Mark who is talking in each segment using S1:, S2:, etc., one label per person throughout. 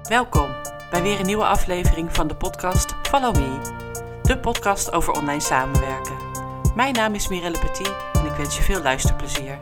S1: Welkom bij weer een nieuwe aflevering van de podcast Follow Me, de podcast over online samenwerken. Mijn naam is Mirelle Petit en ik wens je veel luisterplezier.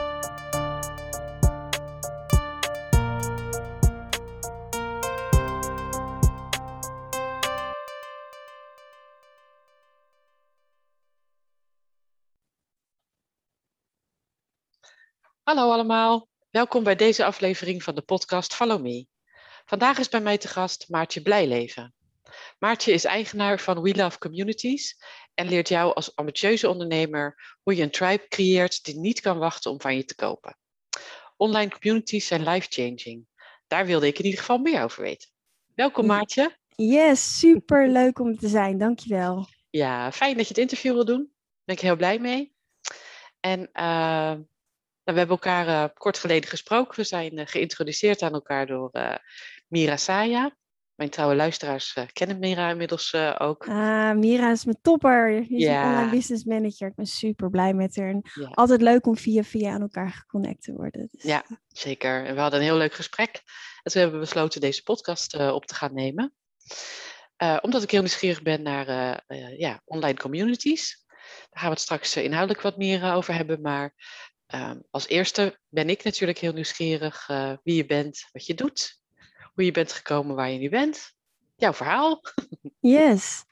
S1: Hallo allemaal, welkom bij deze aflevering van de podcast Follow Me. Vandaag is bij mij te gast Maartje Blijleven. Maartje is eigenaar van We Love Communities en leert jou als ambitieuze ondernemer hoe je een tribe creëert die niet kan wachten om van je te kopen. Online communities zijn life-changing. Daar wilde ik in ieder geval meer over weten. Welkom Maartje.
S2: Yes, super leuk om er te zijn, dankjewel.
S1: Ja, fijn dat je het interview wil doen. Daar ben ik heel blij mee. En we hebben elkaar kort geleden gesproken. We zijn geïntroduceerd aan elkaar door Mira Saya. Mijn trouwe luisteraars kennen Mira inmiddels ook.
S2: Mira is mijn topper. Die is een online business manager. Ik ben super blij met haar. En
S1: Ja.
S2: altijd leuk om via aan elkaar geconnect te worden. Dus.
S1: Ja, zeker. En we hadden een heel leuk gesprek. En toen hebben we besloten deze podcast op te gaan nemen. Omdat ik heel nieuwsgierig ben naar online communities. Daar gaan we het straks inhoudelijk wat meer over hebben. Maar als eerste ben ik natuurlijk heel nieuwsgierig wie je bent, wat je doet. Hoe je bent gekomen waar je nu bent. Jouw verhaal.
S2: Yes.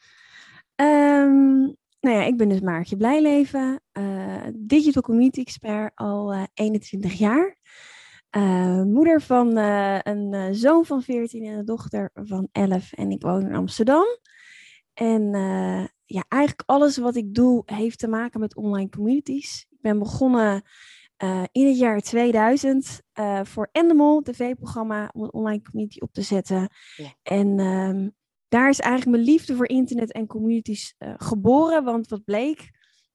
S2: Ik ben dus Maartje Blijleven. Digital Community Expert al 21 jaar. Moeder van een zoon van 14 en een dochter van 11. En ik woon in Amsterdam. En eigenlijk alles wat ik doe heeft te maken met online communities. Ik ben begonnen in het jaar 2000 voor Endemol, tv-programma, om een online community op te zetten. Ja. En daar is eigenlijk mijn liefde voor internet en communities geboren. Want wat bleek,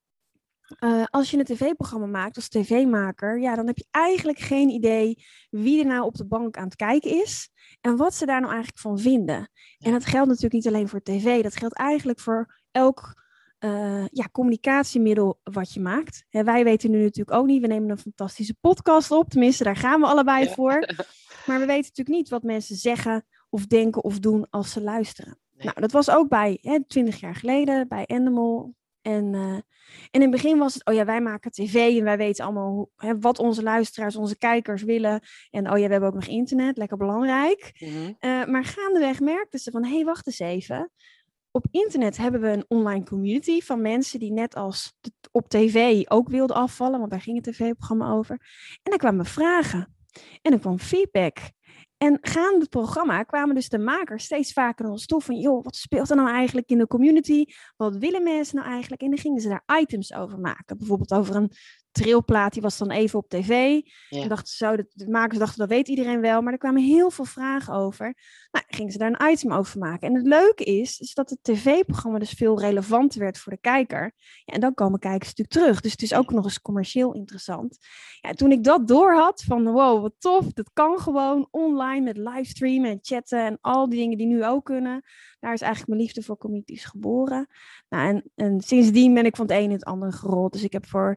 S2: als je een tv-programma maakt als tv-maker, dan heb je eigenlijk geen idee wie er nou op de bank aan het kijken is en wat ze daar nou eigenlijk van vinden. Ja. En dat geldt natuurlijk niet alleen voor tv, dat geldt eigenlijk voor elk communicatiemiddel wat je maakt. Wij weten nu natuurlijk ook niet, we nemen een fantastische podcast op, tenminste daar gaan we allebei voor. Maar we weten natuurlijk niet wat mensen zeggen of denken of doen als ze luisteren. Nee. Nou, dat was ook bij 20 jaar geleden, bij Endemol. En in het begin was het, wij maken tv en wij weten allemaal wat onze luisteraars, onze kijkers willen. En we hebben ook nog internet, lekker belangrijk. Mm-hmm. Maar gaandeweg merkten ze van, wacht eens even. Op internet hebben we een online community van mensen die net als op tv ook wilden afvallen, want daar ging het tv-programma over. En dan kwamen vragen en er kwam feedback. En gaande het programma kwamen dus de makers steeds vaker naar ons toe van, joh, wat speelt er nou eigenlijk in de community? Wat willen mensen nou eigenlijk? En dan gingen ze daar items over maken. Bijvoorbeeld over een trilplaat, die was dan even op tv. Ja. En de makers dachten, dat weet iedereen wel. Maar er kwamen heel veel vragen over. Nou, gingen ze daar een item over maken. En het leuke is dat het tv-programma dus veel relevanter werd voor de kijker. Ja, en dan komen kijkers natuurlijk terug. Dus het is ook nog eens commercieel interessant. Ja, toen ik dat door had van, wow, wat tof. Dat kan gewoon online met livestreamen en chatten en al die dingen die nu ook kunnen. Daar is eigenlijk mijn liefde voor communities geboren. Nou, en sindsdien ben ik van het een in het andere gerold. Dus ik heb voor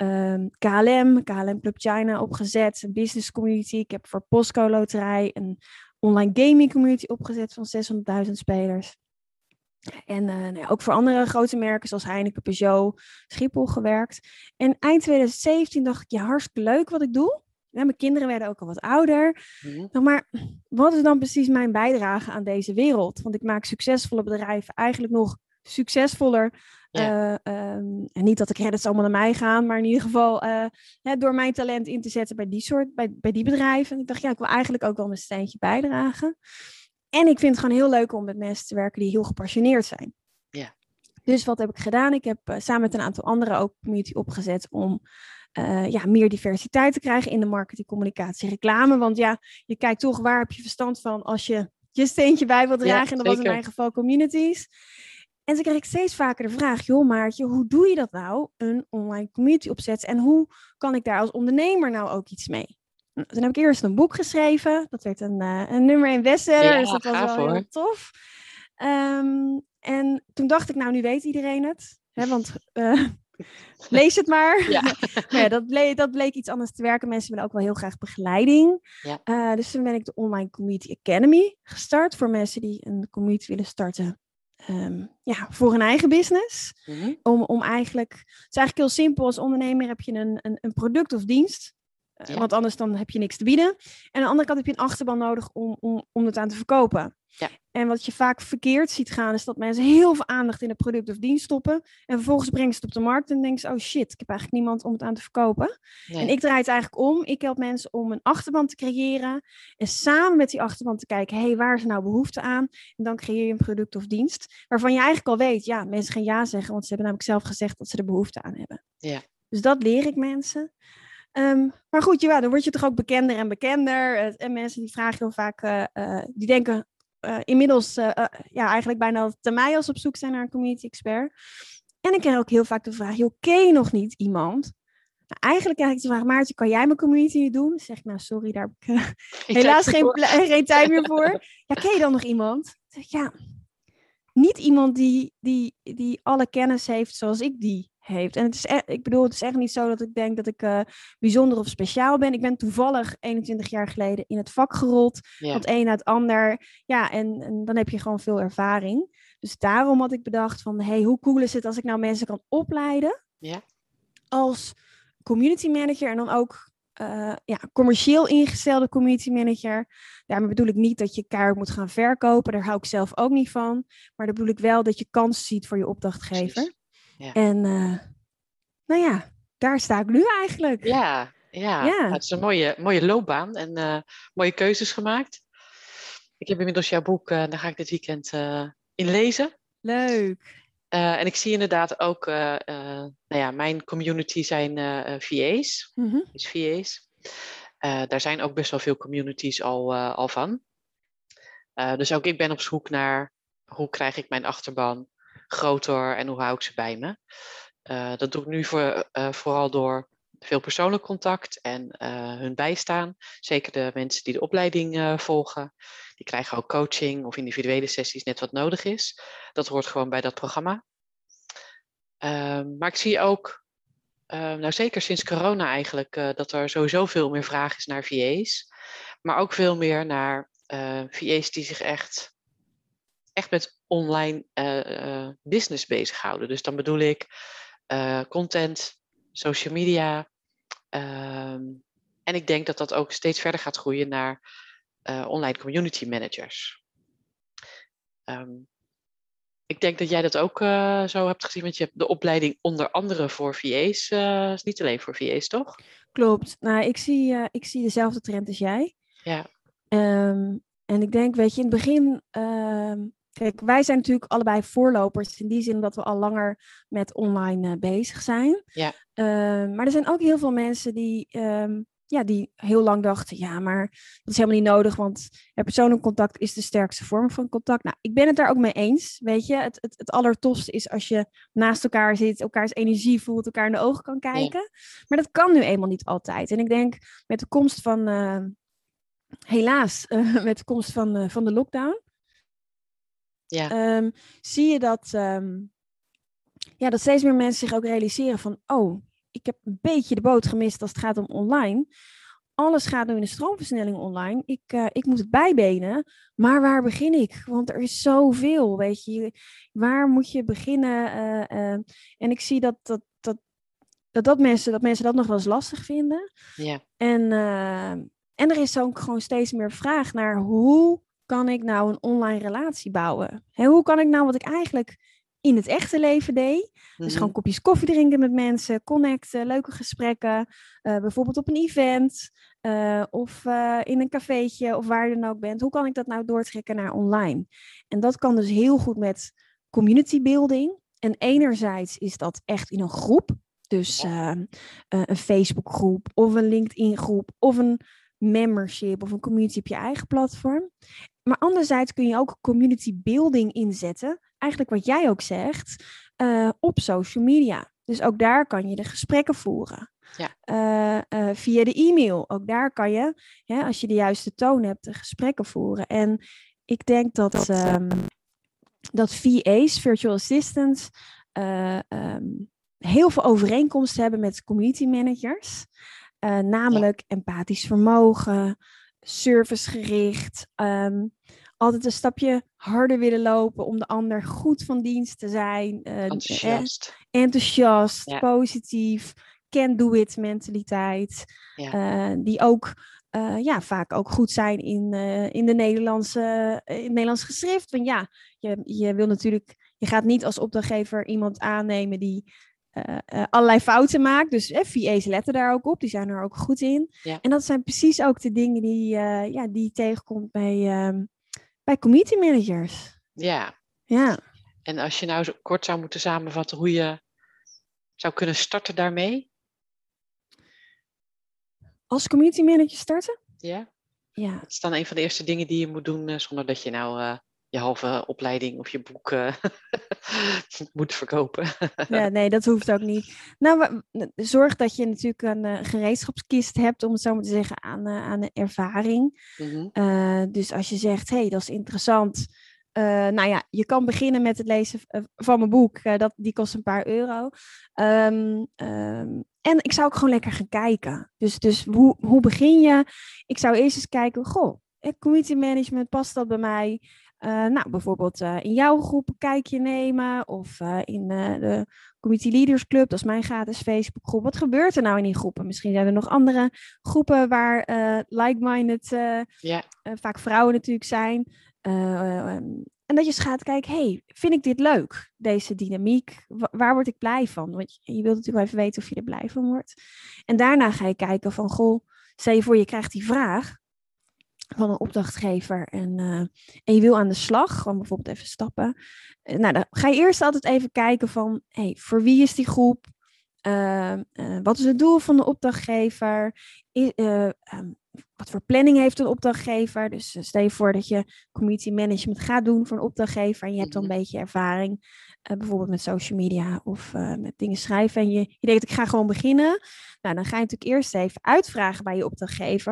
S2: KLM Club China opgezet, een business community. Ik heb voor Postco Loterij een online gaming community opgezet van 600.000 spelers. En ook voor andere grote merken zoals Heineken, Peugeot, Schiphol gewerkt. En eind 2017 dacht ik, hartstikke leuk wat ik doe. Ja, mijn kinderen werden ook al wat ouder. Mm-hmm. Maar wat is dan precies mijn bijdrage aan deze wereld? Want ik maak succesvolle bedrijven eigenlijk nog succesvoller. Ja. En niet dat de credits allemaal naar mij gaan, maar in ieder geval door mijn talent in te zetten bij die bedrijven. En ik dacht, ik wil eigenlijk ook wel mijn steentje bijdragen. En ik vind het gewoon heel leuk om met mensen te werken die heel gepassioneerd zijn.
S1: Ja.
S2: Dus wat heb ik gedaan? Ik heb samen met een aantal anderen ook een community opgezet om meer diversiteit te krijgen in de marketing, communicatie, reclame. Want je kijkt toch waar heb je verstand van als je je steentje bij wilt dragen. En dat was in mijn geval communities. En toen kreeg ik steeds vaker de vraag, joh Maartje, hoe doe je dat nou, een online community opzetten? En hoe kan ik daar als ondernemer nou ook iets mee? Nou, toen heb ik eerst een boek geschreven. Dat werd een nummer 1 bestseller, dus dat was wel heel tof. En toen dacht ik, nu weet iedereen het. Want Lees het maar.
S1: Ja.
S2: Maar ja, dat bleek iets anders te werken. Mensen willen ook wel heel graag begeleiding.
S1: Ja.
S2: Dus toen ben ik de Online Community Academy gestart. Voor mensen die een community willen starten. Voor hun eigen business.
S1: Mm-hmm.
S2: Om eigenlijk... Het is eigenlijk heel simpel. Als ondernemer heb je een product of dienst. Want anders dan heb je niks te bieden. En aan de andere kant heb je een achterban nodig om het aan te verkopen.
S1: Ja.
S2: En wat je vaak verkeerd ziet gaan, is dat mensen heel veel aandacht in het product of dienst stoppen. En vervolgens brengen ze het op de markt en denken ze, oh shit, ik heb eigenlijk niemand om het aan te verkopen. Nee. En ik draai het eigenlijk om. Ik help mensen om een achterban te creëren. En samen met die achterban te kijken, hey, waar is nou behoefte aan? En dan creëer je een product of dienst. Waarvan je eigenlijk al weet, ja, mensen gaan ja zeggen. Want ze hebben namelijk zelf gezegd dat ze er behoefte aan hebben.
S1: Ja.
S2: Dus dat leer ik mensen. Maar goed, dan word je toch ook bekender en bekender. En mensen die vragen heel vaak, die denken inmiddels eigenlijk bijna altijd mij als op zoek zijn naar een community expert. En ik krijg ook heel vaak de vraag, joh, ken je nog niet iemand? Nou, eigenlijk krijg ik de vraag, Maartje, kan jij mijn community doen? Dan zeg ik, nou sorry, daar heb ik helaas geen tijd meer voor. Ja, ken je dan nog iemand? Dan zeg ik, ja, niet iemand die alle kennis heeft zoals ik die heeft. En het is echt niet zo dat ik denk dat ik bijzonder of speciaal ben. Ik ben toevallig 21 jaar geleden in het vak gerold. Van het een naar het ander. Ja, en dan heb je gewoon veel ervaring. Dus daarom had ik bedacht van, hey, hoe cool is het als ik nou mensen kan opleiden als community manager en dan ook commercieel ingestelde community manager. Daarmee bedoel ik niet dat je keihard moet gaan verkopen. Daar hou ik zelf ook niet van. Maar dan bedoel ik wel dat je kansen ziet voor je opdrachtgever. Ja. En daar sta ik nu eigenlijk.
S1: Ja. Het is een mooie loopbaan en mooie keuzes gemaakt. Ik heb inmiddels jouw boek, daar ga ik dit weekend in lezen.
S2: Leuk.
S1: En ik zie inderdaad ook, mijn community zijn VA's.
S2: Mm-hmm.
S1: Dus VA's. Daar zijn ook best wel veel communities al van. Dus ook ik ben op zoek naar hoe krijg ik mijn achterban groter en hoe hou ik ze bij me. Dat doe ik nu vooral door veel persoonlijk contact en hun bijstaan. Zeker de mensen die de opleiding volgen. Die krijgen ook coaching of individuele sessies, net wat nodig is. Dat hoort gewoon bij dat programma. Maar ik zie ook, zeker sinds corona eigenlijk, dat er sowieso veel meer vraag is naar VA's. Maar ook veel meer naar VA's die zich echt met online business bezighouden. Dus dan bedoel ik content, social media. En ik denk dat dat ook steeds verder gaat groeien naar online community managers. Ik denk dat jij dat ook zo hebt gezien, want je hebt de opleiding onder andere voor VA's. Is niet alleen voor VA's, toch?
S2: Klopt. Nou, ik zie dezelfde trend als jij.
S1: Ja.
S2: En ik denk, weet je, in het begin... Kijk, wij zijn natuurlijk allebei voorlopers in die zin dat we al langer met online bezig zijn.
S1: Ja.
S2: Maar er zijn ook heel veel mensen die heel lang dachten, ja, maar dat is helemaal niet nodig, want persoonlijk contact is de sterkste vorm van contact. Nou, ik ben het daar ook mee eens, weet je. Het allertofste is als je naast elkaar zit, elkaars energie voelt, elkaar in de ogen kan kijken. Ja. Maar dat kan nu eenmaal niet altijd. En ik denk, met de komst van, met de komst van de lockdown, zie je dat steeds meer mensen zich ook realiseren van, oh, ik heb een beetje de boot gemist als het gaat om online. Alles gaat nu in de stroomversnelling online. Ik moet het bijbenen, maar waar begin ik? Want er is zoveel, weet je. Waar moet je beginnen? En ik zie dat mensen dat nog wel eens lastig vinden.
S1: Ja.
S2: En er is ook gewoon steeds meer vraag naar hoe kan ik nou een online relatie bouwen? Hoe kan ik nou wat ik eigenlijk in het echte leven deed? Dus gewoon kopjes koffie drinken met mensen, connecten, leuke gesprekken. Bijvoorbeeld op een event of in een cafeetje of waar je dan ook bent. Hoe kan ik dat nou doortrekken naar online? En dat kan dus heel goed met community building. En enerzijds is dat echt in een groep. Dus een Facebook groep of een LinkedIn groep of een membership of een community op je eigen platform. Maar anderzijds kun je ook community building inzetten. Eigenlijk wat jij ook zegt, op social media. Dus ook daar kan je de gesprekken voeren.
S1: Ja.
S2: Via de e-mail. Ook daar kan je, als je de juiste toon hebt, de gesprekken voeren. En ik denk dat VA's, virtual assistants, heel veel overeenkomsten hebben met community managers. Namelijk empathisch vermogen, servicegericht, altijd een stapje harder willen lopen om de ander goed van dienst te zijn. Enthousiast, positief, can-do-it mentaliteit. Ja. Die ook vaak ook goed zijn in het Nederlands geschrift. Want ja, je wil natuurlijk, je gaat niet als opdrachtgever iemand aannemen die allerlei fouten maakt. Dus VA's letten daar ook op. Die zijn er ook goed in. Ja. En dat zijn precies ook de dingen die je tegenkomt bij community managers.
S1: Ja. En als je nou zo kort zou moeten samenvatten hoe je zou kunnen starten daarmee?
S2: Als community manager starten?
S1: Ja. Dat is dan een van de eerste dingen die je moet doen zonder dat je nou je halve opleiding of je boek moet verkopen.
S2: Ja, nee, dat hoeft ook niet. Nou, zorg dat je natuurlijk een gereedschapskist hebt, om het zo maar te zeggen, aan de ervaring. Mm-hmm. Dus als je zegt, hey, dat is interessant. Je kan beginnen met het lezen van mijn boek. Die kost een paar euro. En ik zou ook gewoon lekker gaan kijken. Dus hoe begin je? Ik zou eerst eens kijken, community management, past dat bij mij? Bijvoorbeeld in jouw groep een kijkje nemen. Of in de Community Leaders Club, dat is mijn gratis Facebookgroep. Wat gebeurt er nou in die groepen? Misschien zijn er nog andere groepen waar like-minded, vaak vrouwen natuurlijk zijn. En dat je eens gaat kijken, vind ik dit leuk? Deze dynamiek, waar word ik blij van? Want je wilt natuurlijk wel even weten of je er blij van wordt. En daarna ga je kijken van, stel je voor je krijgt die vraag van een opdrachtgever en je wil aan de slag, gewoon bijvoorbeeld even stappen. Dan ga je eerst altijd even kijken van, voor wie is die groep? Wat is het doel van de opdrachtgever? Wat voor planning heeft een opdrachtgever? Dus stel je voor dat je community management gaat doen voor een opdrachtgever en je hebt dan een beetje ervaring, bijvoorbeeld met social media of met dingen schrijven en je denkt, ik ga gewoon beginnen. Nou, dan ga je natuurlijk eerst even uitvragen bij je opdrachtgever.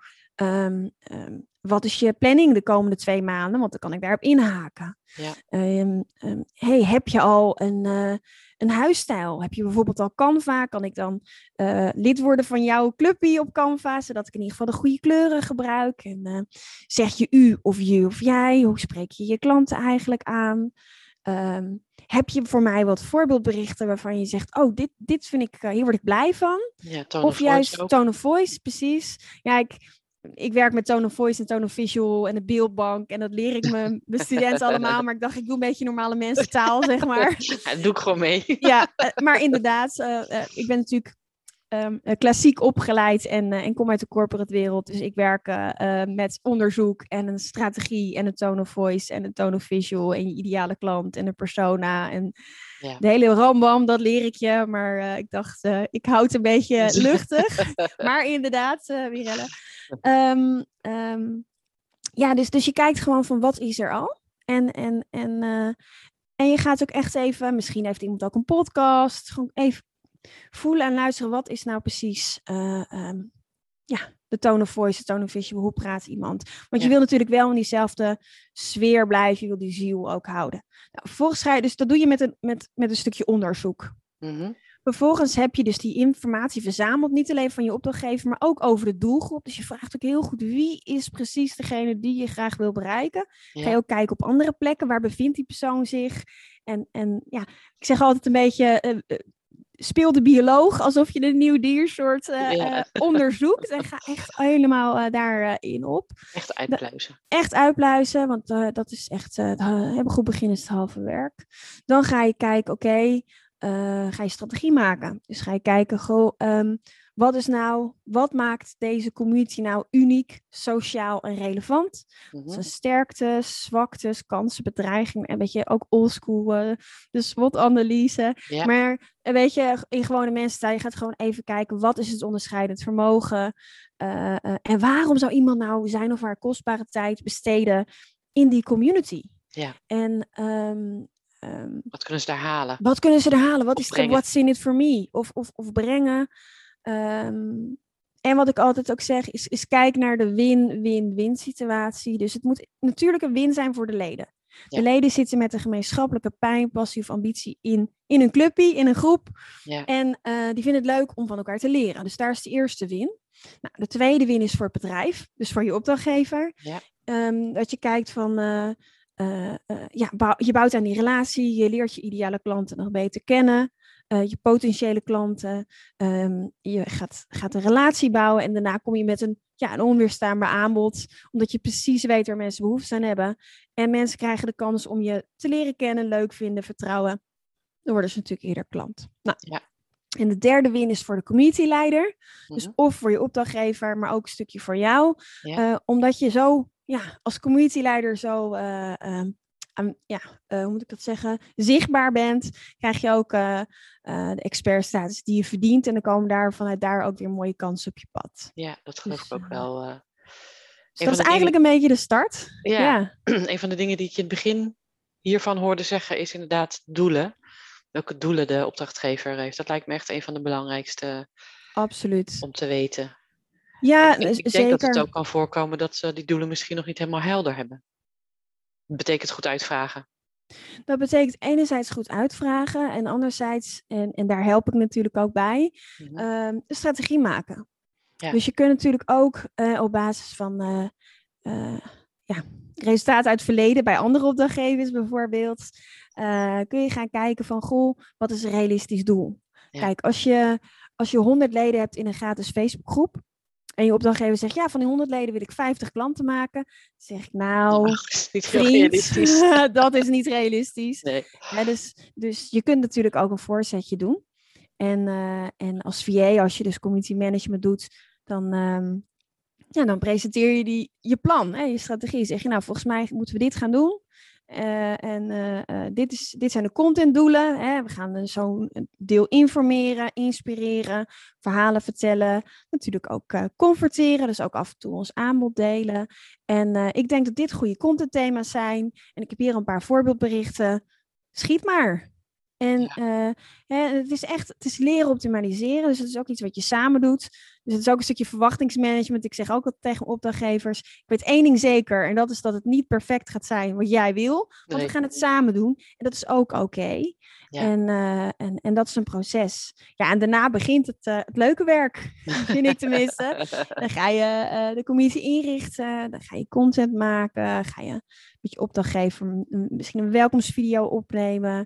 S2: Wat is je planning de komende 2 maanden? Want dan kan ik daarop inhaken. Ja. Heb je al een huisstijl? Heb je bijvoorbeeld al Canva? Kan ik dan lid worden van jouw clubje op Canva? Zodat ik in ieder geval de goede kleuren gebruik. En zeg je u of je of jij? Hoe spreek je je klanten eigenlijk aan? Heb je voor mij wat voorbeeldberichten waarvan je zegt, dit vind ik, hier word ik blij van?
S1: Ja, tone
S2: of juist ook. Tone of voice, precies. Ja, ik werk met tone of voice en tone of visual en de beeldbank. En dat leer ik mijn studenten allemaal. Maar ik dacht, ik doe een beetje normale mensentaal, zeg maar.
S1: Ja, doe ik gewoon mee.
S2: Ja, maar inderdaad, ik ben natuurlijk klassiek opgeleid en kom uit de corporate wereld. Dus ik werk met onderzoek en een strategie en een tone of voice en een tone of visual en je ideale klant en een persona en de hele rambam, dat leer ik je. Maar ik dacht, ik houd het een beetje luchtig. Maar inderdaad, Mirelle. Dus je kijkt gewoon van wat is er al. En je gaat ook echt even, misschien heeft iemand ook een podcast, gewoon even voelen en luisteren, wat is nou precies de tone of voice, de tone of visual, hoe praat iemand? Want je wil natuurlijk wel in diezelfde sfeer blijven, je wil die ziel ook houden. Nou, vervolgens ga je, dus dat doe je met een stukje onderzoek. Mm-hmm. Vervolgens heb je dus die informatie verzameld, niet alleen van je opdrachtgever, maar ook over de doelgroep. Dus je vraagt ook heel goed, wie is precies degene die je graag wil bereiken? Ja. Ga je ook kijken op andere plekken, waar bevindt die persoon zich? En ik zeg altijd een beetje, speel de bioloog, alsof je een nieuw diersoort onderzoekt. En ga echt helemaal daarin op.
S1: Echt uitpluizen.
S2: Echt uitpluizen, want dat is echt, hebben goed beginnen is het halve werk. Dan ga je kijken, ga je strategie maken. Dus ga je kijken, wat maakt deze community nou uniek, sociaal en relevant? Mm-hmm. Zijn sterktes, zwaktes, kansen, bedreigingen. En weet je, ook oldschool, de SWOT-analyse. Yeah. Maar weet je, in gewone mensentaal, je gaat gewoon even kijken, wat is het onderscheidend vermogen? En waarom zou iemand nou zijn of haar kostbare tijd besteden in die community?
S1: Ja.
S2: En
S1: wat kunnen ze daar halen?
S2: Wat is de what's in it for me? Of brengen. En wat ik altijd ook zeg, is kijk naar de win-win-win situatie. Dus het moet natuurlijk een win zijn voor de leden. De leden zitten met een gemeenschappelijke pijn, passie of ambitie in een clubje, in een groep.
S1: Ja.
S2: En die vinden het leuk om van elkaar te leren. Dus daar is de eerste win. Nou, de tweede win is voor het bedrijf, dus voor je opdrachtgever.
S1: Ja.
S2: Dat je kijkt van, je bouwt aan die relatie, je leert je ideale klanten nog beter kennen. Je potentiële klanten. Je gaat een relatie bouwen en daarna kom je met een onweerstaanbaar aanbod, omdat je precies weet waar mensen behoefte aan hebben. En mensen krijgen de kans om je te leren kennen, leuk vinden, vertrouwen. Dan worden ze natuurlijk eerder klant. Nou, en de derde win is voor de communityleider. Dus of voor je opdrachtgever, maar ook een stukje voor jou. Omdat je zo, als communityleider zo, hoe moet ik dat zeggen, zichtbaar bent, krijg je ook de expertstatus die je verdient. En dan komen vanuit daar ook weer mooie kansen op je pad.
S1: Ja, dat geloof ik ook wel.
S2: Dus dat is eigenlijk een beetje de start.
S1: Ja, een van de dingen die ik in het begin hiervan hoorde zeggen is inderdaad doelen. Welke doelen de opdrachtgever heeft. Dat lijkt me echt een van de belangrijkste.
S2: Absoluut.
S1: Om te weten.
S2: Ja,
S1: ik
S2: zeker.
S1: denk dat het ook kan voorkomen dat ze die doelen misschien nog niet helemaal helder hebben. Dat betekent goed uitvragen.
S2: Dat betekent enerzijds goed uitvragen en anderzijds, en daar help ik natuurlijk ook bij, de strategie maken. Ja. Dus je kunt natuurlijk ook op basis van resultaten uit het verleden bij andere opdrachtgevers bijvoorbeeld, kun je gaan kijken van, goh, wat is een realistisch doel? Ja. Kijk, als je 100 leden hebt in een gratis Facebookgroep, en je opdrachtgever zegt, van die 100 leden wil ik 50 klanten maken. Dan zeg ik,
S1: niet veel realistisch.
S2: Dat is niet realistisch.
S1: Nee.
S2: Ja, dus je kunt natuurlijk ook een voorzetje doen. En als VA, als je dus community management doet, dan presenteer je je plan, je strategie. Zeg je, volgens mij moeten we dit gaan doen. Dit zijn de contentdoelen. We gaan zo'n deel informeren, inspireren, verhalen vertellen. Natuurlijk ook converteren, dus ook af en toe ons aanbod delen. En ik denk dat dit goede contentthema's zijn. En ik heb hier een paar voorbeeldberichten. Schiet maar. En het is leren optimaliseren. Dus het is ook iets wat je samen doet. Dus het is ook een stukje verwachtingsmanagement. Ik zeg ook altijd tegen opdrachtgevers, ik weet één ding zeker. En dat is dat het niet perfect gaat zijn wat jij wil. Want we gaan het samen doen. En dat is ook oké. Ja. En dat is een proces. Ja, en daarna begint het leuke werk. Vind ik tenminste. Dan ga je de commissie inrichten. Dan ga je content maken. Ga je met je opdrachtgever misschien een welkomstvideo opnemen.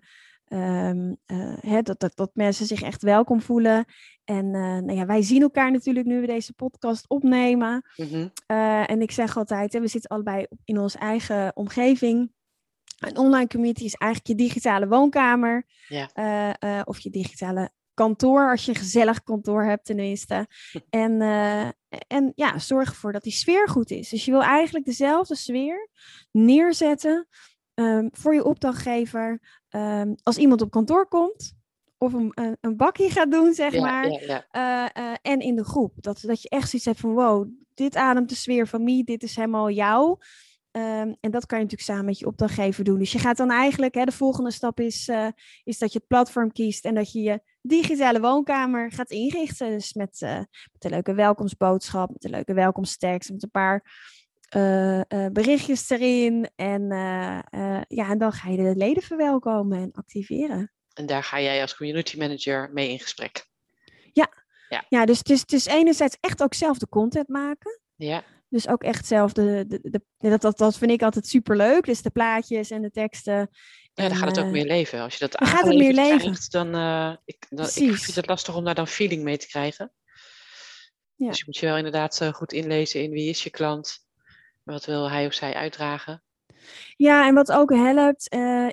S2: Dat mensen zich echt welkom voelen. En wij zien elkaar natuurlijk nu we deze podcast opnemen. En ik zeg altijd, we zitten allebei in onze eigen omgeving. Een online community is eigenlijk je digitale woonkamer. Ja. Of je digitale kantoor, als je een gezellig kantoor hebt tenminste. En zorg ervoor dat die sfeer goed is. Dus je wil eigenlijk dezelfde sfeer neerzetten voor je opdrachtgever. Als iemand op kantoor komt of een bakkie gaat doen, zeg maar. En in de groep. Dat je echt zoiets hebt van, wow, dit ademt de sfeer van me, dit is helemaal jou. En dat kan je natuurlijk samen met je opdrachtgever doen. Dus je gaat dan eigenlijk, de volgende stap is dat je het platform kiest en dat je je digitale woonkamer gaat inrichten. Dus met een leuke welkomstboodschap, met een leuke welkomsttekst, met een paar berichtjes erin. En dan ga je de leden verwelkomen en activeren.
S1: En daar ga jij als community manager mee in gesprek.
S2: Ja, dus het is enerzijds echt ook zelf de content maken. Ja. Dus ook echt zelf, dat vind ik altijd superleuk. Dus de plaatjes en de teksten.
S1: Ja, dan gaat het ook meer leven. Als je dat
S2: gaat het meer leven.
S1: Krijgt, ik vind het lastig om daar dan feeling mee te krijgen. Ja. Dus je moet je wel inderdaad goed inlezen in wie is je klant. Wat wil hij of zij uitdragen.
S2: Ja, en wat ook helpt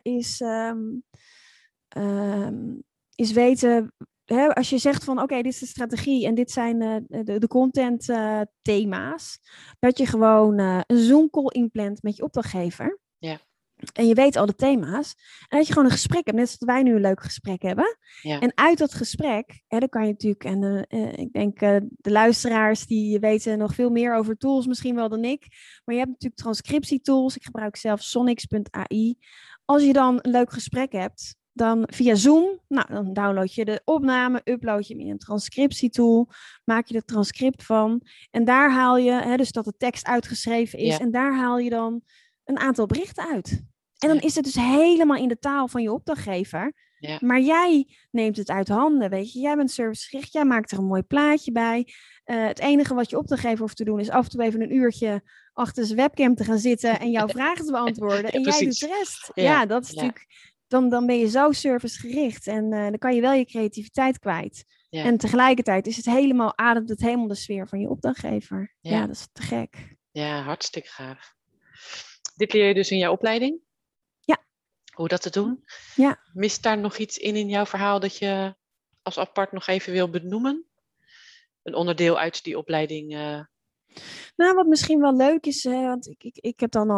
S2: is weten... als je zegt van oké, dit is de strategie en dit zijn de content thema's, dat je gewoon een Zoom-call inplant met je opdrachtgever. Ja. En je weet al de thema's. En dat je gewoon een gesprek hebt, net zoals wij nu een leuk gesprek hebben. Ja. En uit dat gesprek, dan kan je natuurlijk, en ik denk de luisteraars die weten nog veel meer over tools misschien wel dan ik. Maar je hebt natuurlijk transcriptietools. Ik gebruik zelf Sonics.ai. Als je dan een leuk gesprek hebt, dan via Zoom, dan download je de opname, upload je hem in een transcriptietool, maak je er transcript van. En daar haal je, dus dat de tekst uitgeschreven is, en daar haal je dan een aantal berichten uit. En dan is het dus helemaal in de taal van je opdrachtgever.
S1: Ja.
S2: Maar jij neemt het uit handen, weet je. Jij bent servicegericht, jij maakt er een mooi plaatje bij. Het enige wat je opdrachtgever hoeft te doen is af en toe even een uurtje achter zijn webcam te gaan zitten en jouw vragen te beantwoorden. En jij doet de rest. Ja, dat is natuurlijk... Dan ben je zo servicegericht en dan kan je wel je creativiteit kwijt. Ja. En tegelijkertijd is het ademt het helemaal de sfeer van je opdrachtgever. Ja, dat is te gek.
S1: Ja, hartstikke gaaf. Dit leer je dus in jouw opleiding?
S2: Ja.
S1: Hoe dat te doen?
S2: Ja.
S1: Mist daar nog iets in jouw verhaal dat je als apart nog even wil benoemen? Een onderdeel uit die opleiding?
S2: Nou, wat misschien wel leuk is, want ik heb dan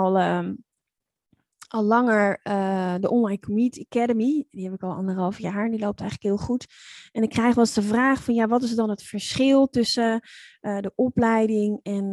S2: al langer de Online Community Academy. Die heb ik al 1,5 jaar. Die loopt eigenlijk heel goed. En ik krijg wel eens de vraag van, ja, wat is dan het verschil tussen de opleiding en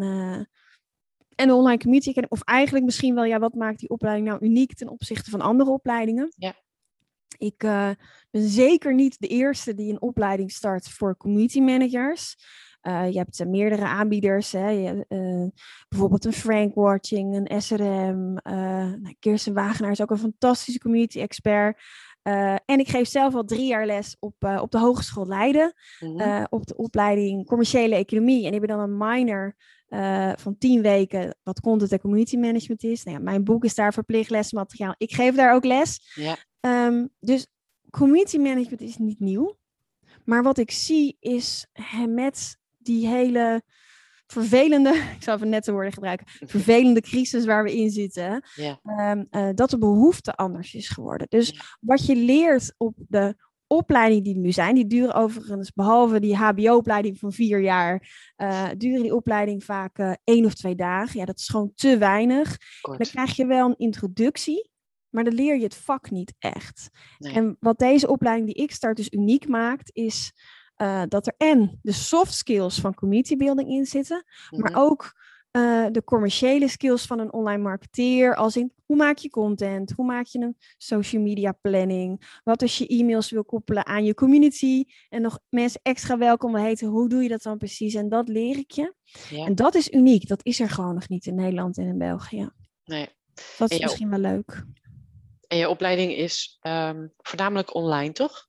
S2: de Online Community Academy? Of eigenlijk misschien wel, ja, wat maakt die opleiding nou uniek ten opzichte van andere opleidingen? Ja. Ik ben zeker niet de eerste die een opleiding start voor community managers. Je hebt meerdere aanbieders, bijvoorbeeld een Frank Watching, een SRM. Kirsten Wagenaar is ook een fantastische community expert. En ik geef zelf al 3 jaar les op de Hogeschool Leiden, op de opleiding Commerciële Economie. En ik ben dan een minor van 10 weken wat content en community management is. Nou ja, mijn boek is daar verplicht lesmateriaal. Ik geef daar ook les. Ja. Dus community management is niet nieuw. Maar wat ik zie is met die hele vervelende, ik zal even nette woorden gebruiken, vervelende crisis waar we in zitten, dat de behoefte anders is geworden. Dus wat je leert op de opleidingen die er nu zijn, die duren overigens, behalve die HBO-opleiding van 4 jaar, duren die opleiding vaak 1 of 2 dagen. Ja, dat is gewoon te weinig. Dan krijg je wel een introductie, maar dan leer je het vak niet echt. Nee. En wat deze opleiding die ik start dus uniek maakt, is dat er en de soft skills van community building in zitten, maar ook de commerciële skills van een online marketeer, als in hoe maak je content, hoe maak je een social media planning, wat als je e-mails wil koppelen aan je community en nog mensen extra welkom heten, hoe doe je dat dan precies? En dat leer ik je. Ja. En dat is uniek, dat is er gewoon nog niet in Nederland en in België. Nee. Dat is misschien wel leuk.
S1: En je opleiding is voornamelijk online, toch?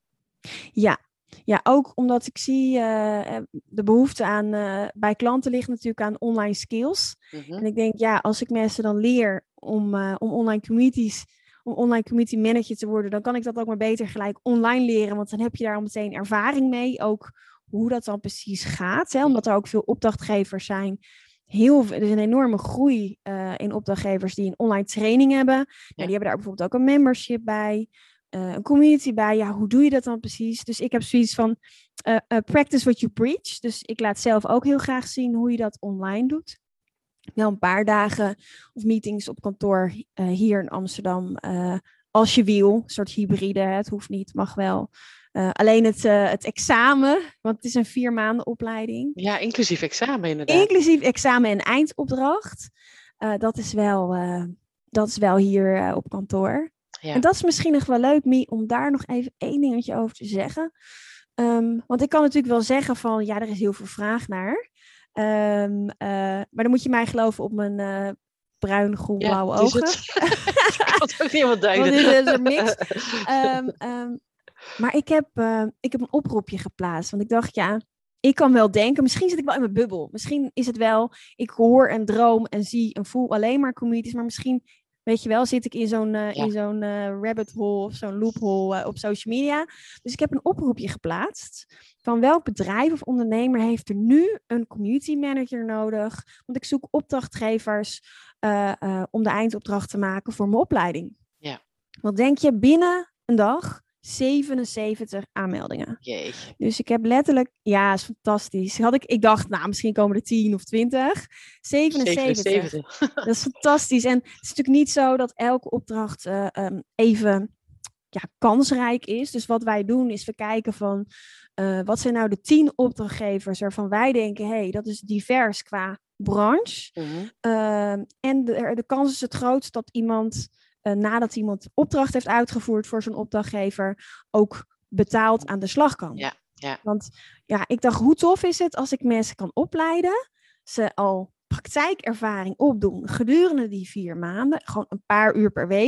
S2: Ja, ook omdat ik zie de behoefte aan, bij klanten ligt natuurlijk aan online skills. En ik denk, ja, als ik mensen dan leer om online community manager te worden, dan kan ik dat ook maar beter gelijk online leren, want dan heb je daar al meteen ervaring mee, ook hoe dat dan precies gaat. Hè? Omdat er ook veel opdrachtgevers zijn. Er is een enorme groei in opdrachtgevers die een online training hebben. Ja. Die hebben daar bijvoorbeeld ook een membership bij. Een community bij. Ja, hoe doe je dat dan precies? Dus ik heb zoiets van practice what you preach. Dus ik laat zelf ook heel graag zien hoe je dat online doet. Wel een paar dagen of meetings op kantoor hier in Amsterdam. Als je wil, een soort hybride. Het hoeft niet, mag wel. Alleen het examen, want het is een 4 maanden opleiding.
S1: Ja, inclusief examen inderdaad.
S2: Inclusief examen en eindopdracht. Dat is wel hier op kantoor. Ja. En dat is misschien nog wel leuk, Mie, om daar nog even 1 dingetje over te zeggen. Want ik kan natuurlijk wel zeggen van, ja, er is heel veel vraag naar. Maar dan moet je mij geloven op mijn bruin, groen, blauwe ogen.
S1: Ik kan het ook niet helemaal duiden.
S2: Want dit is een mix. Maar ik heb een oproepje geplaatst. Want ik dacht, ja, ik kan wel denken, misschien zit ik wel in mijn bubbel. Misschien is het wel, ik hoor en droom en zie en voel alleen maar communities. Maar misschien, weet je wel, zit ik in zo'n rabbit hole of zo'n loophole op social media. Dus ik heb een oproepje geplaatst. Van welk bedrijf of ondernemer heeft er nu een community manager nodig? Want ik zoek opdrachtgevers om de eindopdracht te maken voor mijn opleiding. Ja. Wat denk je, binnen een dag 77 aanmeldingen.
S1: Jeetje.
S2: Dus ik heb letterlijk, ja, is fantastisch. Ik dacht, nou, misschien komen er 10 of 20. 77. Dat is fantastisch. En het is natuurlijk niet zo dat elke opdracht even kansrijk is. Dus wat wij doen is we kijken van, wat zijn nou de 10 opdrachtgevers waarvan wij denken, hey, dat is divers qua branche. En de kans is het grootst dat iemand, nadat iemand opdracht heeft uitgevoerd voor zo'n opdrachtgever, ook betaald aan de slag kan.
S1: Ja, ja.
S2: Want ja, ik dacht, hoe tof is het als ik mensen kan opleiden, ze al praktijkervaring opdoen gedurende die 4 maanden, gewoon een paar uur per week.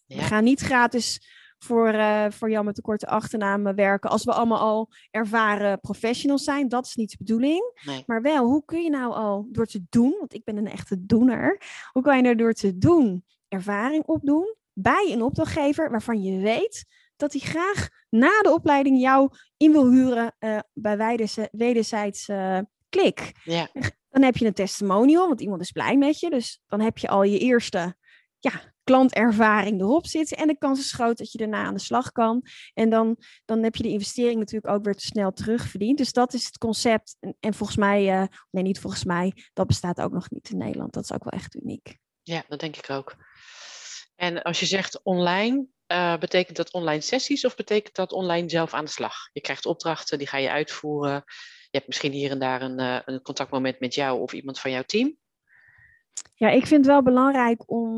S2: We gaan niet gratis voor jou met de korte achternaam werken als we allemaal al ervaren professionals zijn. Dat is niet de bedoeling.
S1: Nee.
S2: Maar wel, hoe kun je nou al door te doen, want ik ben een echte doener, hoe kan je er door te doen ervaring opdoen bij een opdrachtgever waarvan je weet dat hij graag na de opleiding jou in wil huren bij wederzijds klik.
S1: Ja.
S2: Dan heb je een testimonial, want iemand is blij met je. Dus dan heb je al je eerste klantervaring erop zitten. En de kans is groot dat je daarna aan de slag kan. En dan heb je de investering natuurlijk ook weer te snel terugverdiend. Dus dat is het concept. En volgens mij, niet volgens mij, dat bestaat ook nog niet in Nederland. Dat is ook wel echt uniek.
S1: Ja, dat denk ik ook. En als je zegt online, betekent dat online sessies of betekent dat online zelf aan de slag? Je krijgt opdrachten, die ga je uitvoeren. Je hebt misschien hier en daar een contactmoment met jou of iemand van jouw team.
S2: Ja, ik vind het wel belangrijk om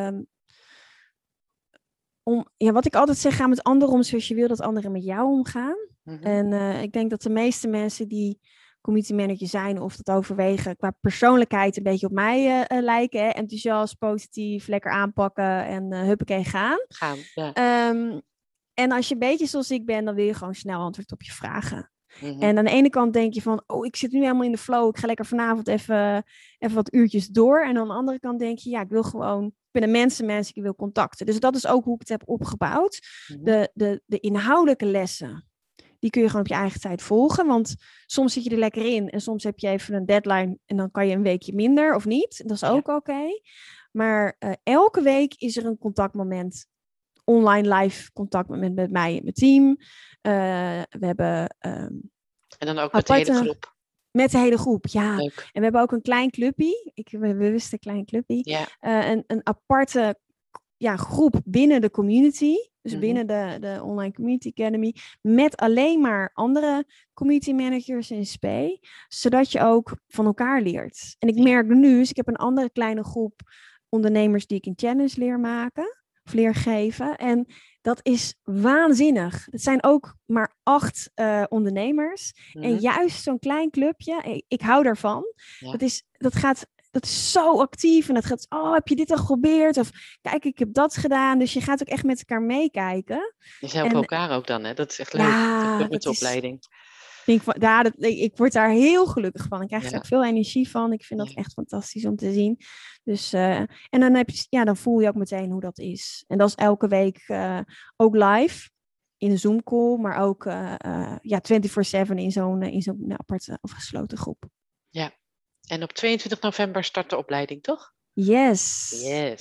S2: wat ik altijd zeg, ga met anderen om zoals je wil dat anderen met jou omgaan. Mm-hmm. En ik denk dat de meeste mensen die community manager zijn of dat overwegen qua persoonlijkheid een beetje op mij lijken. Hè? Enthousiast, positief, lekker aanpakken en huppakee gaan.
S1: Ja.
S2: En als je een beetje zoals ik ben, dan wil je gewoon snel antwoord op je vragen.
S1: Mm-hmm.
S2: En aan de ene kant denk je van, ik zit nu helemaal in de flow. Ik ga lekker vanavond even wat uurtjes door. En aan de andere kant denk je, ik wil gewoon, ik ben een mensen, ik wil contacten. Dus dat is ook hoe ik het heb opgebouwd. Mm-hmm. De inhoudelijke lessen, die kun je gewoon op je eigen tijd volgen. Want soms zit je er lekker in en soms heb je even een deadline en dan kan je een weekje minder of niet. Dat is ook oké. Maar elke week is er een contactmoment. Online live contactmoment met mij en mijn team. We hebben...
S1: en dan ook met de hele groep?
S2: Met de hele groep, ja.
S1: Leuk.
S2: En we hebben ook een klein clubje. Ik ben bewust een klein clubje.
S1: Ja.
S2: Een aparte groep binnen de community. Dus binnen de Online Community Academy. Met alleen maar andere community managers in SP. Zodat je ook van elkaar leert. En ik merk nu, dus ik heb een andere kleine groep ondernemers die ik een challenge leer maken. Of leer geven. En dat is waanzinnig. Het zijn ook maar 8 ondernemers. Mm-hmm. En juist zo'n klein clubje, ik hou daarvan. Ja. Dat is zo actief. En dat gaat, heb je dit al geprobeerd? Of kijk, ik heb dat gedaan. Dus je gaat ook echt met elkaar meekijken.
S1: Je helpt elkaar ook dan, hè? Dat is echt leuk. Ja, dat met de opleiding.
S2: Ik word daar heel gelukkig van. Ik krijg er ook veel energie van. Ik vind dat echt fantastisch om te zien. Dus, en dan voel je ook meteen hoe dat is. En dat is elke week ook live. In een Zoom call. Maar ook 24/7 in zo'n aparte of gesloten groep.
S1: Ja. En op 22 november start de opleiding, toch?
S2: Yes.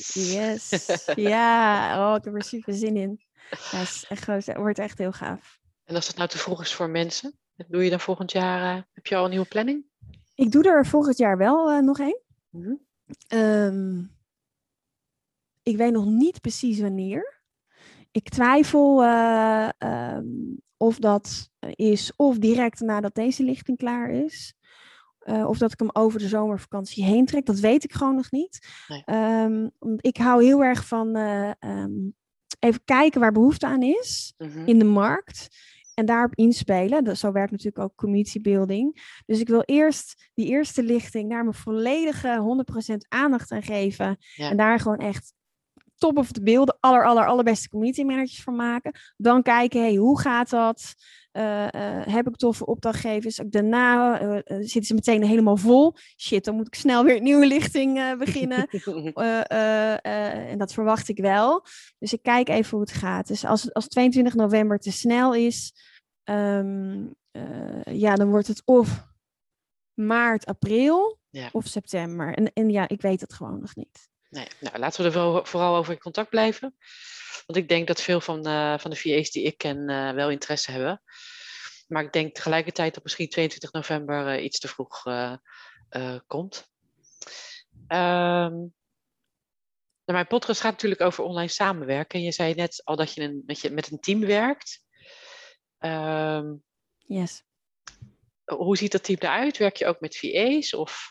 S2: Ja, ik heb er super zin in. Ja, het wordt echt heel gaaf.
S1: En als het nou te vroeg is voor mensen? Doe je dan volgend jaar, heb je al een nieuwe planning?
S2: Ik doe er volgend jaar wel nog een. Mm-hmm. Ik weet nog niet precies wanneer. Ik twijfel of dat is of direct nadat deze lichting klaar is. Of dat ik hem over de zomervakantie heen trek. Dat weet ik gewoon nog niet. Nee. Ik hou heel erg van even kijken waar behoefte aan is in de markt. En daarop inspelen. Zo werkt natuurlijk ook community building. Dus ik wil eerst die eerste lichting daar mijn volledige 100% aandacht aan geven. Ja. En daar gewoon echt top of de beelden, allerbeste community managers van maken. Dan kijken, hoe gaat dat? Heb ik toffe opdrachtgevers? Ook daarna zitten ze meteen helemaal vol. Shit, dan moet ik snel weer een nieuwe lichting beginnen. En dat verwacht ik wel. Dus ik kijk even hoe het gaat. Dus als 22 november te snel is, dan wordt het of maart, april of september. En ik weet het gewoon nog niet.
S1: Nee, nou, laten we er vooral over in contact blijven. Want ik denk dat veel van de VA's die ik ken wel interesse hebben. Maar ik denk tegelijkertijd dat misschien 22 november iets te vroeg komt. Mijn podcast gaat natuurlijk over online samenwerken. En je zei net al dat je met een team werkt.
S2: Yes.
S1: Hoe ziet dat team eruit? Werk je ook met VA's? Of...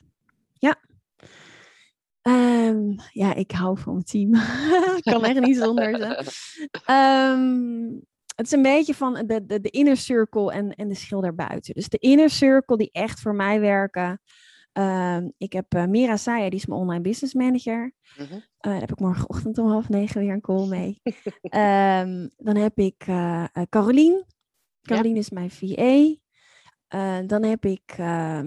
S2: Ja. Ik hou van mijn team. Ik kan echt niet zonder ze. Het is een beetje van de inner circle en de schil daarbuiten. Dus de inner circle die echt voor mij werken. Ik heb Mira Saya, die is mijn online business manager. Daar heb ik morgenochtend om 8:30 weer een call mee. Dan heb ik Carolien. Carolien is mijn VA. Dan heb ik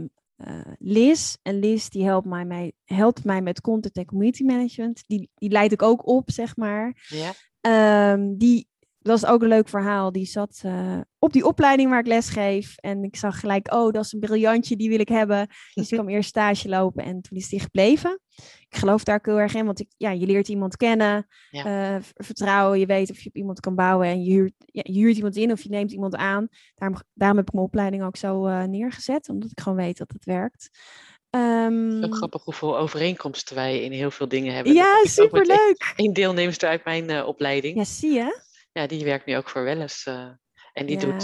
S2: Liz. En Liz die helpt mij met content en community management. Die leid ik ook op, zeg maar.
S1: Ja.
S2: Dat is ook een leuk verhaal. Die zat op die opleiding waar ik les geef. En ik zag gelijk, dat is een briljantje, die wil ik hebben. Dus ik kwam eerst stage lopen en toen is die gebleven. Ik geloof daar ook heel erg in, want je leert iemand kennen. Ja. Vertrouwen, je weet of je op iemand kan bouwen. En je huurt iemand in of je neemt iemand aan. Daarom heb ik mijn opleiding ook zo neergezet. Omdat ik gewoon weet dat het werkt.
S1: Het is ook grappig hoeveel overeenkomsten wij in heel veel dingen hebben.
S2: Ja, superleuk.
S1: Een deelnemster uit mijn opleiding.
S2: Ja, zie je?
S1: Ja, die werkt nu ook voor Wellness. En die doet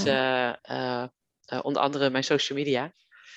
S1: onder andere mijn social media.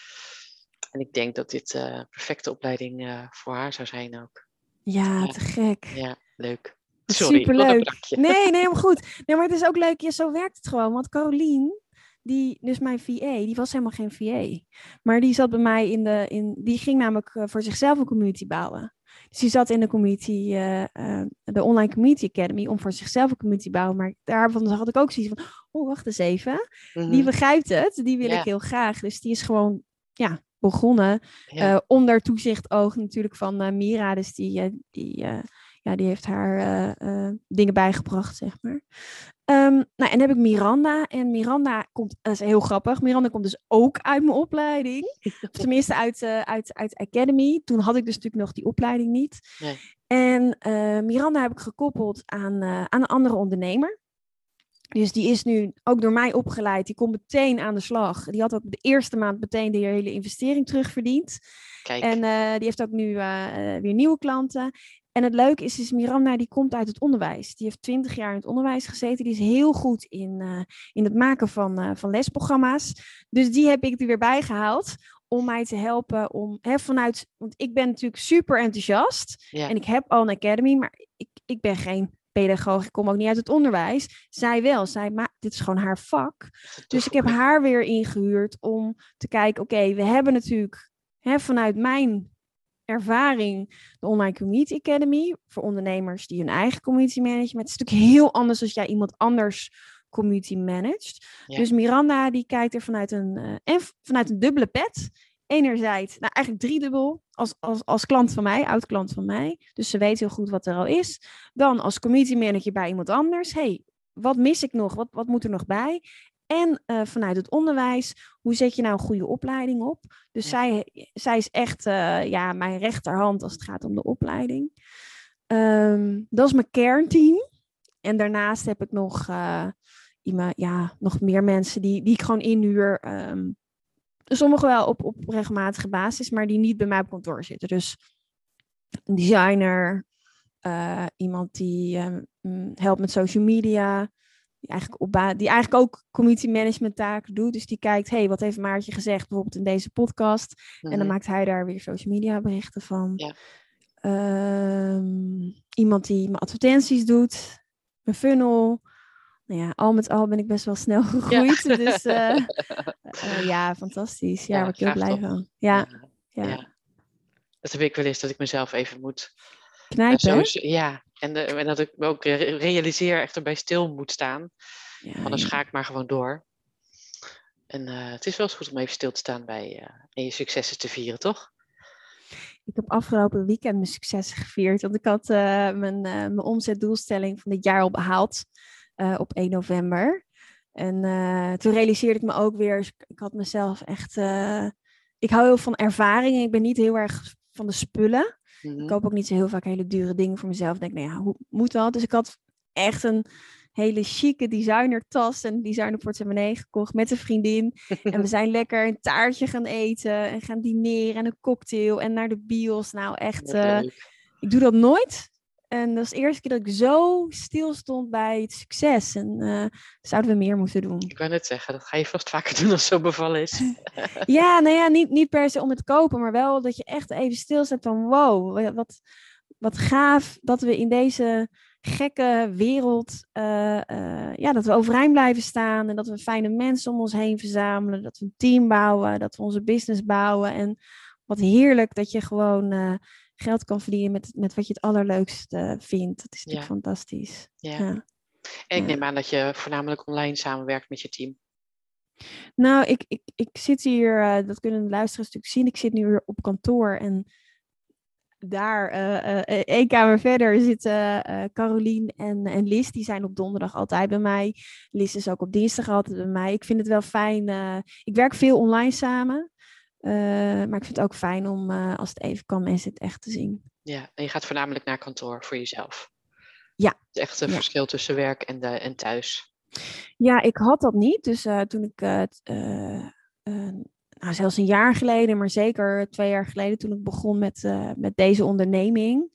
S1: En ik denk dat dit een perfecte opleiding voor haar zou zijn ook.
S2: Ja, te gek.
S1: Ja, leuk. Sorry,
S2: superleuk. Nee, helemaal goed. Nee, maar het is ook leuk. Ja, zo werkt het gewoon. Want Carolien, dus mijn VA, die was helemaal geen VA. Maar die zat bij mij die ging namelijk voor zichzelf een community bouwen. Dus die zat in de community, de Online Community Academy, om voor zichzelf een community te bouwen. Maar daarvan had ik ook zoiets van, wacht eens even. Die begrijpt het, die wil ik heel graag. Dus die is gewoon, begonnen. Onder toezicht oog natuurlijk van Mira. Dus die heeft haar dingen bijgebracht, zeg maar. En dan heb ik Miranda. En Miranda komt, dat is heel grappig, Miranda komt dus ook uit mijn opleiding. Of tenminste uit Academy. Toen had ik dus natuurlijk nog die opleiding niet.
S1: Nee.
S2: En Miranda heb ik gekoppeld aan een andere ondernemer. Dus die is nu ook door mij opgeleid. Die komt meteen aan de slag. Die had ook de eerste maand meteen de hele investering terugverdiend.
S1: Kijk.
S2: En die heeft ook nu weer nieuwe klanten. En het leuke is Miranda, die komt uit het onderwijs. Die heeft 20 jaar in het onderwijs gezeten. Die is heel goed in het maken van lesprogramma's. Dus die heb ik er weer bij gehaald om mij te helpen want ik ben natuurlijk super enthousiast. Ja. En ik heb al een academy, maar ik ben geen pedagoog. Ik kom ook niet uit het onderwijs. Zij wel. Dit is gewoon haar vak. Dus ik heb haar weer ingehuurd om te kijken, oké, we hebben natuurlijk vanuit mijn ervaring de Online Community Academy voor ondernemers die hun eigen community managen. Het is natuurlijk heel anders als jij iemand anders community managt. Ja. Dus Miranda die kijkt er vanuit een dubbele pet. Enerzijds, eigenlijk driedubbel als klant van mij, oud-klant van mij. Dus ze weet heel goed wat er al is. Dan als community manager bij iemand anders. Wat mis ik nog? Wat moet er nog bij? En vanuit het onderwijs, hoe zet je nou een goede opleiding op? Dus zij is echt mijn rechterhand als het gaat om de opleiding. Dat is mijn kernteam. En daarnaast heb ik nog meer mensen die ik gewoon inhuur. Sommigen wel op regelmatige basis, maar die niet bij mij op kantoor zitten. Dus een designer, iemand die helpt met social media, die eigenlijk ook community management taken doet. Dus die kijkt, wat heeft Maartje gezegd, bijvoorbeeld in deze podcast. Mm-hmm. En dan maakt hij daar weer social media berichten van. Ja. Iemand die mijn advertenties doet, mijn funnel. Nou ja, al met al ben ik best wel snel gegroeid. Ja. Dus fantastisch. Ja, waar ik heel blij van. Ja.
S1: Dat heb ik wel eens, dat ik mezelf even moet
S2: knijpen.
S1: En dat ik me ook realiseer echt erbij stil moet staan. Ja, anders ga ik maar gewoon door. En het is wel eens goed om even stil te staan en je successen te vieren, toch?
S2: Ik heb afgelopen weekend mijn successen gevierd. Want ik had mijn omzetdoelstelling van dit jaar al behaald. Op 1 november. En toen realiseerde ik me ook weer, ik had mezelf echt, ik hou heel van ervaring. Ik ben niet heel erg van de spullen. Mm-hmm. Ik koop ook niet zo heel vaak hele dure dingen voor mezelf. Ik denk, hoe moet dat? Dus ik had echt een hele chique designertas en designerportemonnee gekocht met een vriendin. En we zijn lekker een taartje gaan eten en gaan dineren en een cocktail en naar de bios. Nou echt, ik doe dat nooit. En dat is de eerste keer dat ik zo stil stond bij het succes. En zouden we meer moeten doen.
S1: Ik wou net zeggen, dat ga je vast vaker doen als het zo bevallen is.
S2: Niet per se om het te kopen, maar wel dat je echt even stilstaat van wow, wat gaaf dat we in deze gekke wereld, dat we overeind blijven staan en dat we fijne mensen om ons heen verzamelen, dat we een team bouwen, dat we onze business bouwen en wat heerlijk dat je gewoon geld kan verdienen met wat je het allerleukste vindt. Dat is natuurlijk fantastisch.
S1: Ja. En ik neem aan dat je voornamelijk online samenwerkt met je team.
S2: Nou, ik zit hier, dat kunnen de luisteraars natuurlijk zien. Ik zit nu weer op kantoor en daar, één kamer verder, zitten Carolien en Liz. Die zijn op donderdag altijd bij mij. Liz is ook op dinsdag altijd bij mij. Ik vind het wel fijn. Ik werk veel online samen. Maar ik vind het ook fijn om, als het even kan, mensen het echt te zien.
S1: Ja, en je gaat voornamelijk naar kantoor voor jezelf.
S2: Ja.
S1: Het is echt een verschil tussen werk en thuis.
S2: Ja, ik had dat niet. Dus toen ik nou, zelfs een jaar geleden, maar zeker 2 jaar geleden, toen ik begon met deze onderneming.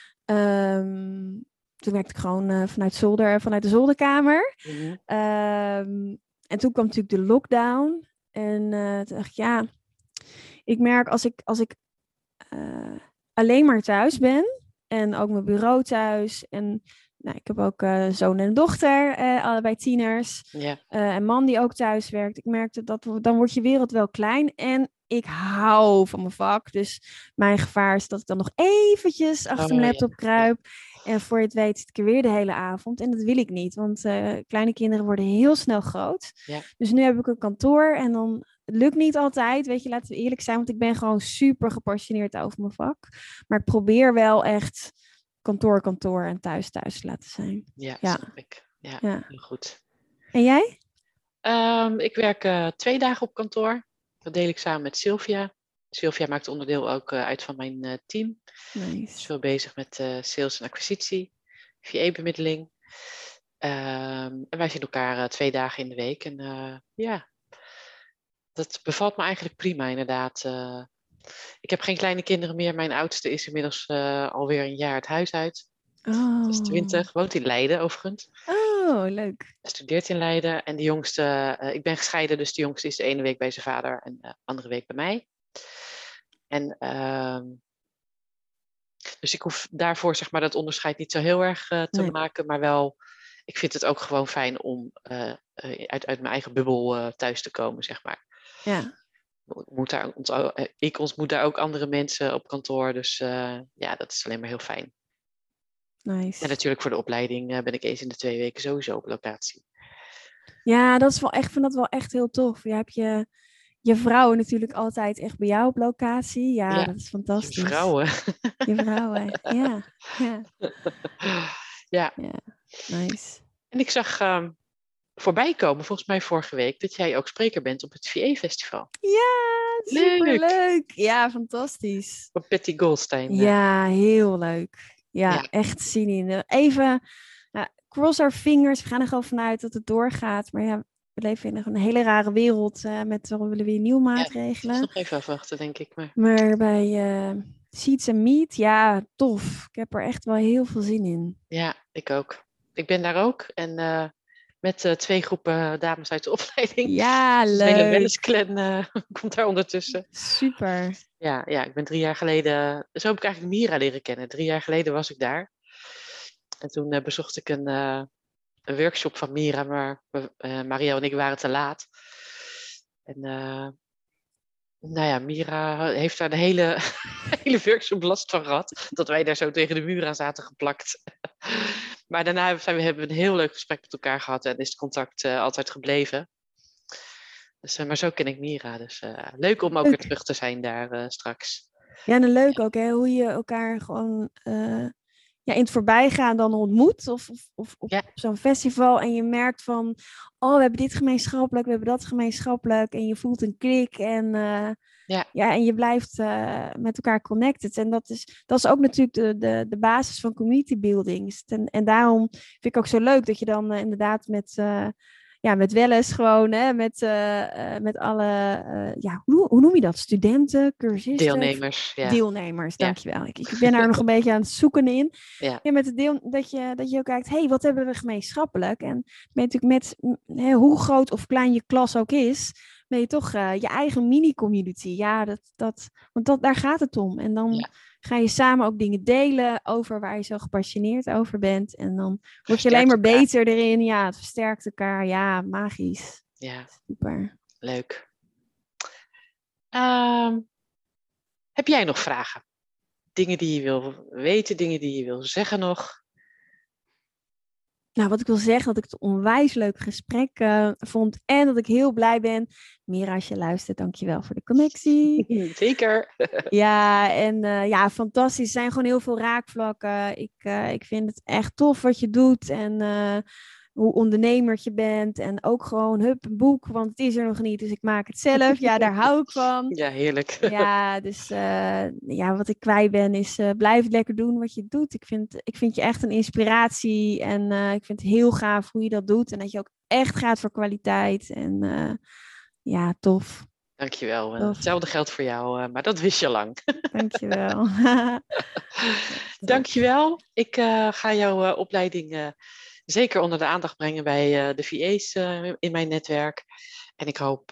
S2: Toen werkte ik gewoon vanuit de zolderkamer.
S1: Mm-hmm.
S2: En toen kwam natuurlijk de lockdown. En toen dacht ik, ja, ik merk als ik alleen maar thuis ben en ook mijn bureau thuis en nou, ik heb ook zoon en dochter, allebei tieners.
S1: Yeah.
S2: Een man die ook thuis werkt. Ik merkte dat dan wordt je wereld wel klein. En ik hou van mijn vak. Dus mijn gevaar is dat ik dan nog eventjes achter mijn laptop kruip. En voor je het weet zit ik er weer de hele avond. En dat wil ik niet. Want kleine kinderen worden heel snel groot.
S1: Yeah.
S2: Dus nu heb ik een kantoor. En dan het lukt niet altijd. Weet je, laten we eerlijk zijn. Want ik ben gewoon super gepassioneerd over mijn vak. Maar ik probeer wel echt kantoor en thuis te laten zijn.
S1: Ja, snap ik. Ja, heel goed.
S2: En jij?
S1: Ik werk 2 dagen op kantoor. Dat deel ik samen met Sylvia. Sylvia maakt onderdeel ook uit van mijn team.
S2: Nice.
S1: Is veel bezig met sales en acquisitie, VA-bemiddeling. En wij zien elkaar 2 dagen in de week. En dat bevalt me eigenlijk prima inderdaad. Ik heb geen kleine kinderen meer. Mijn oudste is inmiddels alweer een jaar het huis uit.
S2: Oh.
S1: Ze is 20, woont in Leiden overigens.
S2: Oh, leuk.
S1: Studeert in Leiden. En de jongste, ik ben gescheiden, dus de jongste is de ene week bij zijn vader en de andere week bij mij. En dus ik hoef daarvoor zeg maar dat onderscheid niet zo heel erg te maken. Maar wel, ik vind het ook gewoon fijn om uit mijn eigen bubbel thuis te komen, zeg maar.
S2: Ja.
S1: Ik ontmoet daar ook andere mensen op kantoor. Dus dat is alleen maar heel fijn.
S2: Nice.
S1: En natuurlijk voor de opleiding ben ik eens in de 2 weken sowieso op locatie.
S2: Ja, dat is wel echt, ik vind dat wel echt heel tof. Je hebt je vrouwen natuurlijk altijd echt bij jou op locatie. Ja, dat is fantastisch.
S1: Je vrouwen.
S2: Je vrouwen, ja.
S1: Ja.
S2: Nice.
S1: En ik zag voorbij komen, volgens mij vorige week, dat jij ook spreker bent op het VA-festival.
S2: Ja, superleuk. Ja, fantastisch.
S1: Op Patty Goldstein.
S2: Ja, heel leuk. Ja, echt zin in. Even cross our fingers. We gaan er gewoon vanuit dat het doorgaat. Maar ja, we leven in een hele rare wereld met we willen weer nieuwe maatregelen.
S1: Ja, nog even afwachten, denk ik.
S2: Maar bij Seeds and Meat, ja, tof. Ik heb er echt wel heel veel zin in.
S1: Ja, ik ook. Ik ben daar ook. En met 2 groepen dames uit de opleiding.
S2: Ja, leuk.
S1: De hele Wellness-clan komt daar ondertussen.
S2: Super.
S1: Ja, ik ben 3 jaar geleden... Zo heb ik eigenlijk Mira leren kennen. 3 jaar geleden was ik daar. En toen bezocht ik een workshop van Mira, maar Mario en ik waren te laat. En Mira heeft daar de hele workshop last van gehad. Dat wij daar zo tegen de muur aan zaten geplakt. Maar daarna hebben we een heel leuk gesprek met elkaar gehad en is het contact altijd gebleven. Dus, maar zo ken ik Mira. Dus leuk om ook weer terug te zijn daar straks.
S2: Ja, en leuk ook, hè? Hoe je elkaar gewoon in het voorbijgaan dan ontmoet. Of op zo'n festival. En je merkt van, we hebben dit gemeenschappelijk, we hebben dat gemeenschappelijk. En je voelt een klik en... en je blijft met elkaar connected. En dat is ook natuurlijk de basis van community building. En daarom vind ik ook zo leuk dat je dan inderdaad met Welles gewoon, hè, met alle, hoe noem je dat? Studenten, cursisten?
S1: Deelnemers, ja.
S2: Deelnemers, dankjewel. Ik ben daar nog een beetje aan het zoeken in.
S1: Ja,
S2: met dat je ook kijkt, wat hebben we gemeenschappelijk? En ben je natuurlijk hoe groot of klein je klas ook is, ben je toch je eigen mini-community. Ja, want daar gaat het om. En dan ga je samen ook dingen delen over waar je zo gepassioneerd over bent. En dan word je alleen maar beter erin. Ja, het versterkt elkaar. Ja, magisch.
S1: Ja,
S2: super.
S1: Leuk. Heb jij nog vragen? Dingen die je wil weten, dingen die je wil zeggen nog?
S2: Nou, wat ik wil zeggen, dat ik het een onwijs leuk gesprek vond. En dat ik heel blij ben. Mira, als je luistert, dankjewel voor de connectie.
S1: Zeker.
S2: Ja, en fantastisch. Er zijn gewoon heel veel raakvlakken. Ik vind het echt tof wat je doet. En hoe ondernemer je bent. En ook gewoon, een boek, want het is er nog niet. Dus ik maak het zelf. Ja, daar hou ik van.
S1: Ja, heerlijk.
S2: Ja, dus wat ik kwijt ben is blijf het lekker doen wat je doet. Ik vind je echt een inspiratie en ik vind het heel gaaf hoe je dat doet. En dat je ook echt gaat voor kwaliteit. En tof.
S1: Dankjewel.
S2: Tof.
S1: Hetzelfde geldt voor jou, maar dat wist je lang.
S2: Dankjewel.
S1: Dankjewel. Ik ga jouw opleiding zeker onder de aandacht brengen bij de VA's in mijn netwerk. En ik hoop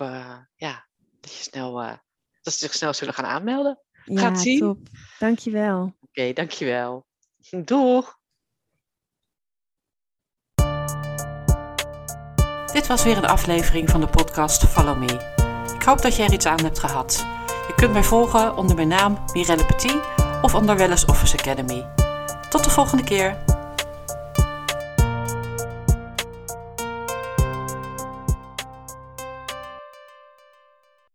S1: dat ze zich snel zullen gaan aanmelden. Gaat zien.
S2: Top. Dankjewel.
S1: Oké, dankjewel. Doeg. Dit was weer een aflevering van de podcast Follow Me. Ik hoop dat je er iets aan hebt gehad. Je kunt mij volgen onder mijn naam Mirelle Petit of onder Wellness Office Academy. Tot de volgende keer.